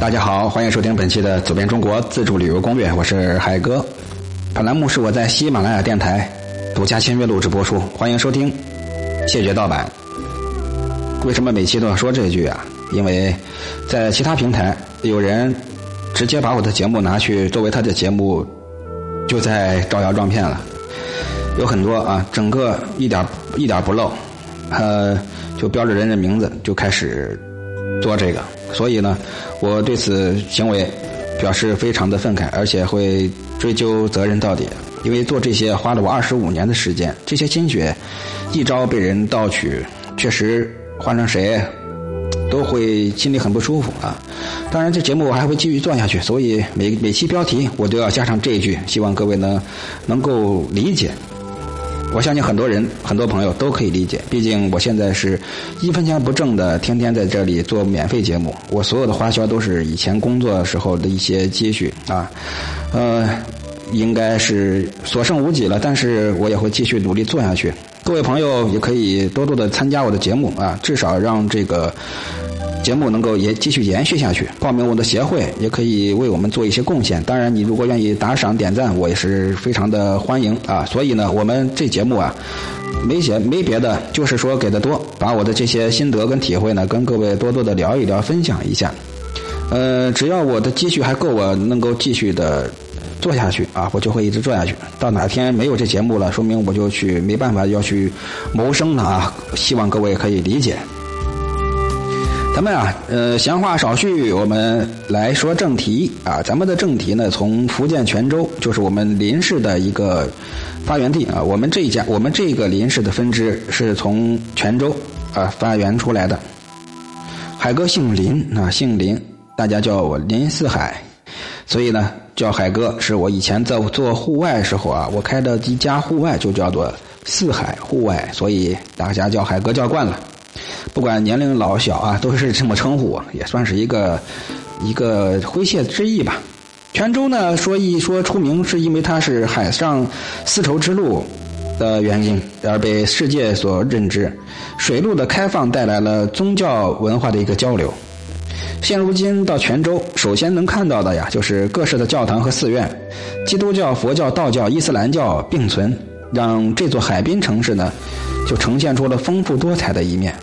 大家好，欢迎收听本期的走遍中国自助旅游攻略，我是海哥。本栏目是我在喜马拉雅电台独家签约录制播出，欢迎收听，谢绝盗版。为什么每期都要说这句啊？因为在其他平台有人直接把我的节目拿去作为他的节目，就在招摇撞骗了。有很多啊，整个一点不漏，就标着人的名字就开始做这个，所以呢，我对此行为表示非常的愤慨，而且会追究责任到底。因为做这些花了我25年的时间，这些心血一朝被人盗取，确实换成谁都会心里很不舒服啊。当然这节目我还会继续做下去，所以每期标题我都要加上这一句，希望各位呢能够理解。我相信很多朋友都可以理解，毕竟我现在是1分钱不挣的，天天在这里做免费节目，我所有的花销都是以前工作时候的一些积蓄啊，应该是所剩无几了，但是我也会继续努力做下去。各位朋友也可以多多的参加我的节目啊，至少让这个节目能够也继续延续下去。报名我的协会也可以为我们做一些贡献，当然你如果愿意打赏点赞，我也是非常的欢迎啊。所以呢，我们这节目啊没别的，就是说给的多，把我的这些心得跟体会呢跟各位多多的聊一聊，分享一下。只要我的积蓄还够我能够继续的做下去啊，我就会一直做下去。到哪天没有这节目了，说明我就没办法要去谋生了啊，希望各位可以理解。咱们啊，闲话少叙，我们来说正题啊。咱们的正题呢，从福建泉州，就是我们林氏的一个发源地啊。我们这个林氏的分支是从泉州啊发源出来的。海哥姓林啊，姓林，大家叫我林四海，所以呢叫海哥是我以前在做户外时候啊，我开的一家户外就叫做四海户外，所以大家叫海哥叫惯了。不管年龄老小啊，都是这么称呼我，也算是一个诙谐之意吧。泉州呢，说出名是因为它是海上丝绸之路的原因而被世界所认知，水路的开放带来了宗教文化的一个交流。现如今到泉州，首先能看到的呀，就是各式的教堂和寺院，基督教、佛教、道教、伊斯兰教并存，让这座海滨城市呢，就呈现出了丰富多彩的一面。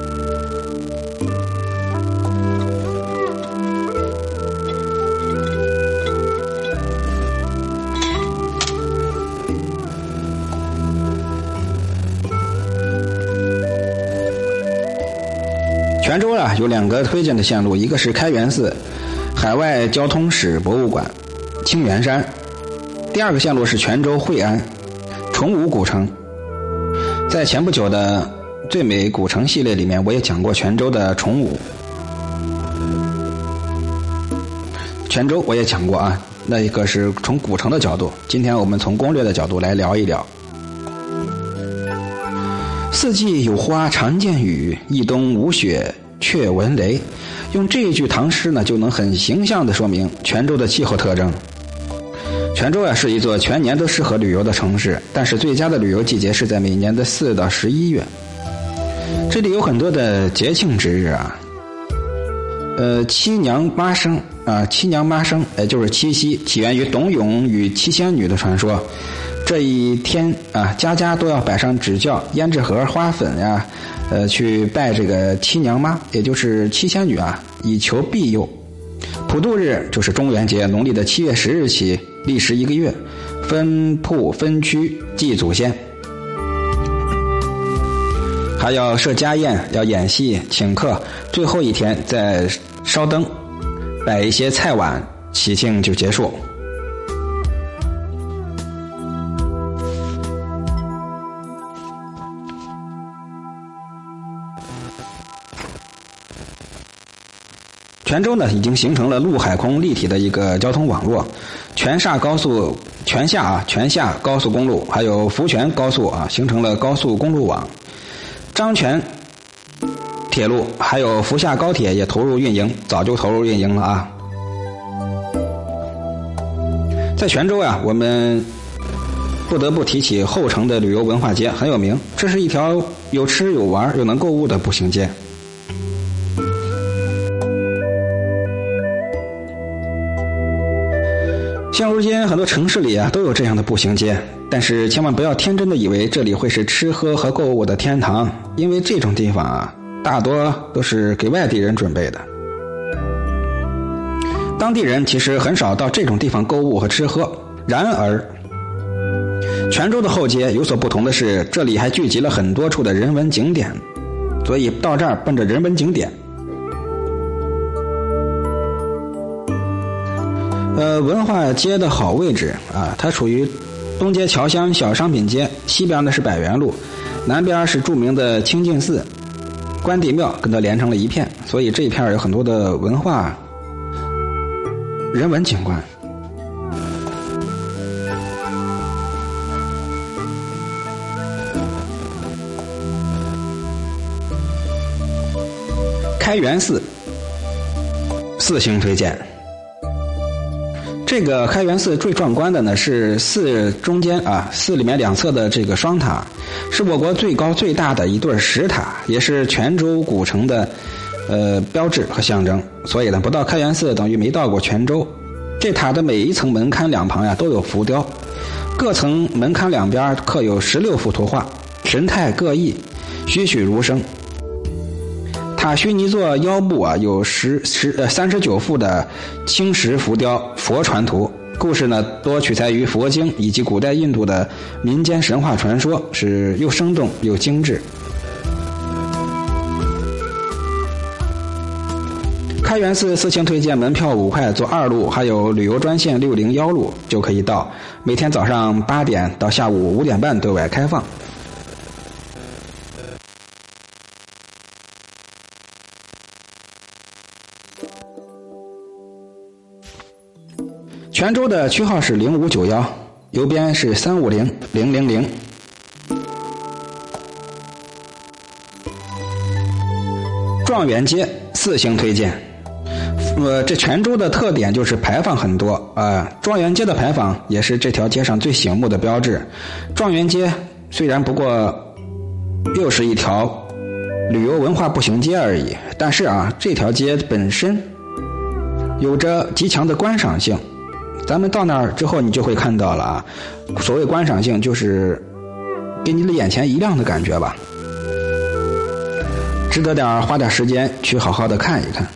泉州啊，有2个推荐的线路，一个是开元寺、海外交通史博物馆、清源山；第2个线路是泉州惠安、崇武古城。在前不久的最美古城系列里面，我也讲过泉州的崇武。泉州我也讲过啊，那一个是从古城的角度，今天我们从攻略的角度来聊一聊。四季有花常见雨，一冬无雪却闻雷。用这一句唐诗呢，就能很形象地说明泉州的气候特征。泉州啊是一座全年都适合旅游的城市，但是最佳的旅游季节是在每年的4到11月。这里有很多的节庆之日啊，七娘妈生，就是七夕，起源于董永与七仙女的传说。这一天啊，家家都要摆上纸轿、胭脂盒、花粉呀，去拜这个七娘妈，也就是七仙女啊，以求庇佑。普渡日就是中元节，农历的7月10日起，历时1个月，分铺分区祭祖先，还要设家宴，要演戏请客，最后一天再烧灯，摆一些菜碗，喜庆就结束。泉州呢，已经形成了陆海空立体的一个交通网络，泉下高速公路，还有福泉高速啊，形成了高速公路网。漳泉铁路还有福厦高铁也投入运营，早就投入运营了啊。在泉州啊，我们不得不提起后城的旅游文化街，很有名，这是一条有吃有玩又能购物的步行街。 现如今很多城市里都有这样的步行街，但是千万不要天真的以为这里会是吃喝和购物的天堂，因为这种地方大多都是给外地人准备的。当地人其实很少到这种地方购物和吃喝。然而泉州的后街有所不同的是，这里还聚集了很多处的人文景点，所以到这儿奔着人文景点。文化街的好位置它属于东街侨乡小商品街，西边呢是百元路，南边是著名的清净寺、关帝庙，跟它连成了一片，所以这一片有很多的文化人文景观。开元寺4星推荐。这个开元寺最壮观的呢是寺中间寺里面两侧的这个双塔，是我国最高最大的一对石塔，也是泉州古城的标志和象征。所以呢，不到开元寺等于没到过泉州。这塔的每一层门槛两旁都有浮雕，各层门槛两边刻有16幅图画，神态各异，栩栩如生。塔须泥座腰部有39幅的青石浮雕佛传图，故事呢多取材于佛经以及古代印度的民间神话传说，是又生动又精致。开元寺4星推荐，门票5块，坐2路，还有旅游专线601路就可以到，每天早上8点到下午5点半对外开放。泉州的区号是0591，邮编是350000。状元街4星推荐。这泉州的特点就是牌坊很多状元街的牌坊也是这条街上最醒目的标志。状元街虽然不过又是一条旅游文化步行街而已，但是这条街本身有着极强的观赏性。咱们到那儿之后你就会看到了所谓观赏性就是给你的眼前一亮的感觉吧，值得花点时间去好好的看一看。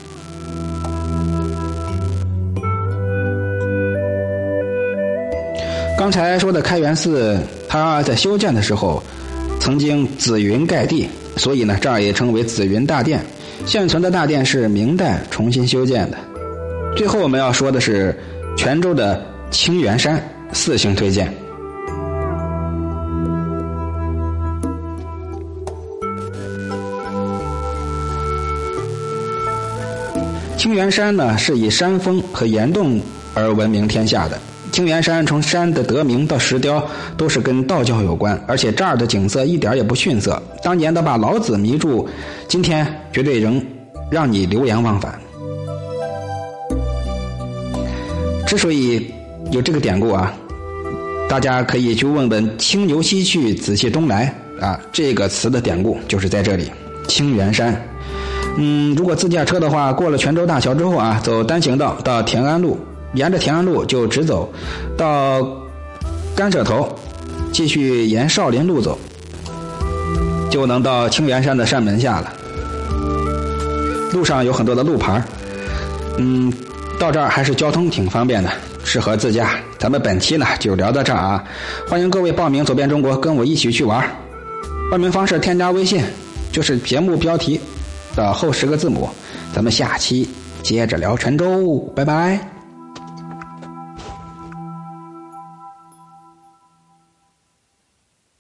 刚才说的开元寺，它在修建的时候曾经紫云盖地，所以呢这儿也称为紫云大殿。现存的大殿是明代重新修建的。最后我们要说的是泉州的清源山4星推荐。清源山呢是以山峰和岩洞而闻名天下的。清源山从山的得名到石雕都是跟道教有关，而且这儿的景色一点也不逊色。当年的把老子迷住，今天绝对仍让你流连忘返。之所以有这个典故大家可以去问问青牛西去紫气东来这个词的典故就是在这里。清源山如果自驾车的话，过了泉州大桥之后走单行道到田安路，沿着田安路就直走到甘蔗头，继续沿少林路走，就能到清源山的山门下了。路上有很多的路牌到这儿还是交通挺方便的，适合自驾。咱们本期呢就聊到这儿欢迎各位报名走遍中国，跟我一起去玩。报名方式添加微信，就是节目标题的后10个字母。咱们下期接着聊泉州，拜拜。